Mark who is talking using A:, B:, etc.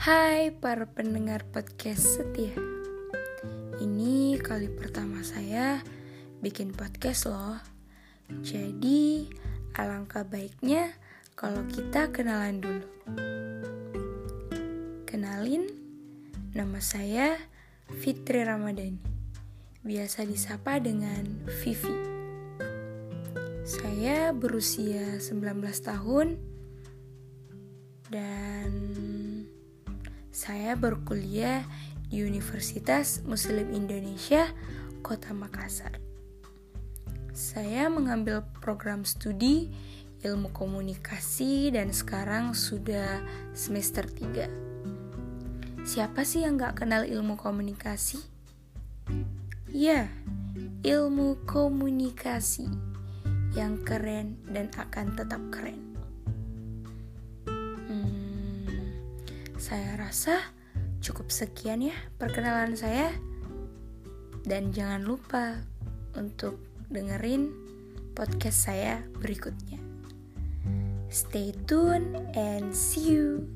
A: Hai para pendengar podcast setia. Ini kali pertama saya bikin podcast loh. Jadi alangkah baiknya kalau kita kenalan dulu. Kenalin, nama saya Fitri Ramadhani. Biasa disapa dengan Vivi. Saya berusia 19 tahun dan saya berkuliah di Universitas Muslim Indonesia, Kota Makassar. Saya mengambil program studi ilmu komunikasi dan sekarang sudah semester 3. Siapa sih yang gak kenal ilmu komunikasi? Ya, ilmu komunikasi yang keren dan akan tetap keren. Saya rasa cukup sekian ya perkenalan saya. Dan jangan lupa untuk dengerin podcast saya berikutnya. Stay tuned and see you.